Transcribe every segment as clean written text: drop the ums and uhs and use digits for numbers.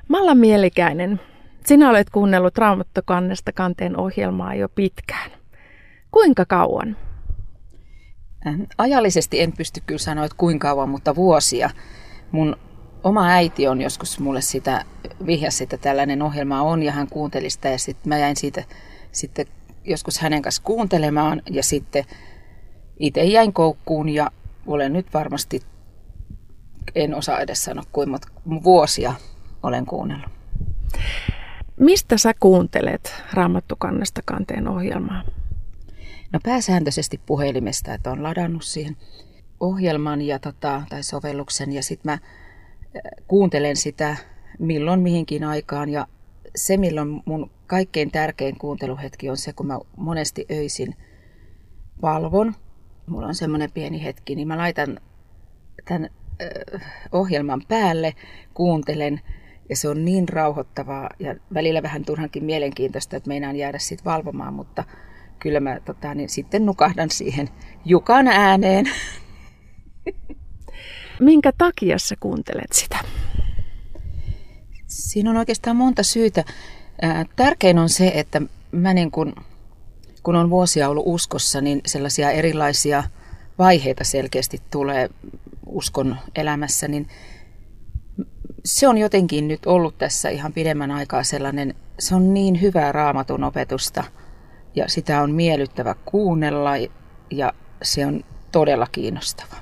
Malla Mielikäinen, sinä olet kuunnellut Raamattu kannesta kanteen ohjelmaa jo pitkään. Kuinka kauan? Ajallisesti en pysty kyllä sanoa, että kuinka kauan, mutta vuosia. Mun oma äiti on joskus mulle sitä vihjasi, että tällainen ohjelma on, ja hän kuunteli sitä, ja sitten mä jäin siitä sitten joskus hänen kanssa kuuntelemaan, ja sitten itse jäin koukkuun, ja olen nyt varmasti, en osaa edes sanoa mutta vuosia olen kuunnellut. Mistä sä kuuntelet Raamattu kannesta kanteen ohjelmaa? No pääsääntöisesti puhelimesta, että olen ladannut siihen ohjelman tai sovelluksen, ja sitten mä kuuntelen sitä milloin mihinkin aikaan, ja se milloin mun kaikkein tärkein kuunteluhetki on se, kun mä monesti öisin valvon. Mulla on semmoinen pieni hetki, niin mä laitan tämän ohjelman päälle, kuuntelen, ja se on niin rauhoittavaa ja välillä vähän turhankin mielenkiintoista, että meinaan jäädä siitä valvomaan, mutta kyllä mä sitten nukahdan siihen Jukan ääneen. Minkä takia sä kuuntelet sitä? Siinä on oikeastaan monta syytä. Tärkein on se, että mä kun on vuosia ollut uskossa, niin sellaisia erilaisia vaiheita selkeästi tulee uskon elämässä, niin se on jotenkin nyt ollut tässä ihan pidemmän aikaa sellainen, se on niin hyvää Raamatun opetusta ja sitä on miellyttävä kuunnella ja se on todella kiinnostava.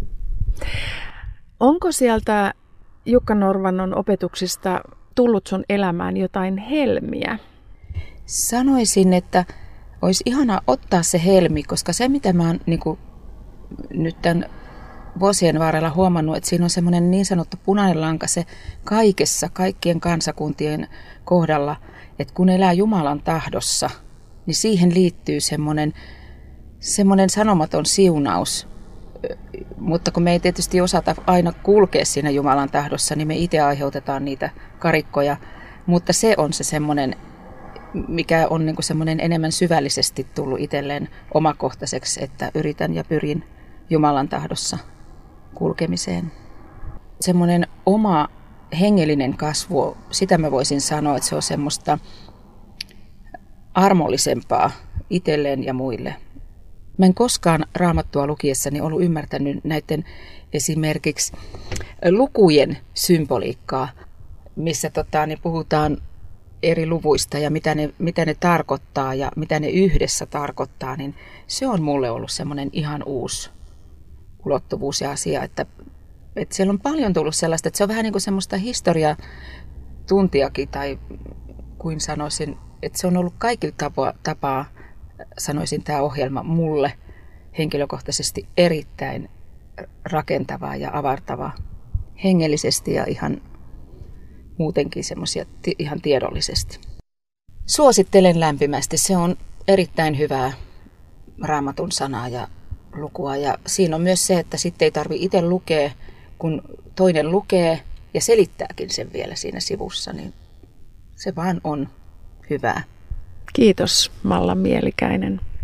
Onko sieltä Jukka Norvannon opetuksista tullut sun elämään jotain helmiä? Sanoisin, että olisi ihana ottaa se helmi, koska se mitä mä oon nyt tämän vuosien varrella huomannut, että siinä on semmoinen niin sanottu punainen lanka se kaikkien kansakuntien kohdalla, että kun elää Jumalan tahdossa, niin siihen liittyy semmoinen sanomaton siunaus. Mutta kun me ei tietysti osata aina kulkea siinä Jumalan tahdossa, niin me itse aiheutetaan niitä karikkoja. Mutta se on se semmoinen, mikä on semmoinen enemmän syvällisesti tullut itselleen omakohtaiseksi, että yritän ja pyrin Jumalan tahdossa kulkemiseen. Semmoinen oma hengellinen kasvu, sitä mä voisin sanoa, että se on semmoista armollisempaa itselleen ja muille. Mä en koskaan Raamattua lukiessani ollut ymmärtänyt näiden esimerkiksi lukujen symboliikkaa, missä niin puhutaan eri luvuista ja mitä ne tarkoittaa ja mitä ne yhdessä tarkoittaa, niin se on mulle ollut semmoinen ihan uusi ulottuvuus ja asia, että siellä on paljon tullut sellaista, että se on vähän niin kuin semmoista historiatuntiakin tai kuin sanoisin, että se on ollut kaikilla tapaa sanoisin tämä ohjelma mulle henkilökohtaisesti erittäin rakentavaa ja avartavaa hengellisesti ja ihan muutenkin semmoisia ihan tiedollisesti. Suosittelen lämpimästi, se on erittäin hyvää Raamatun sanaa ja lukua ja siinä on myös se, että sitten ei tarvitse itse lukea, kun toinen lukee ja selittääkin sen vielä siinä sivussa, niin se vaan on hyvää. Kiitos Malla Mielikäinen.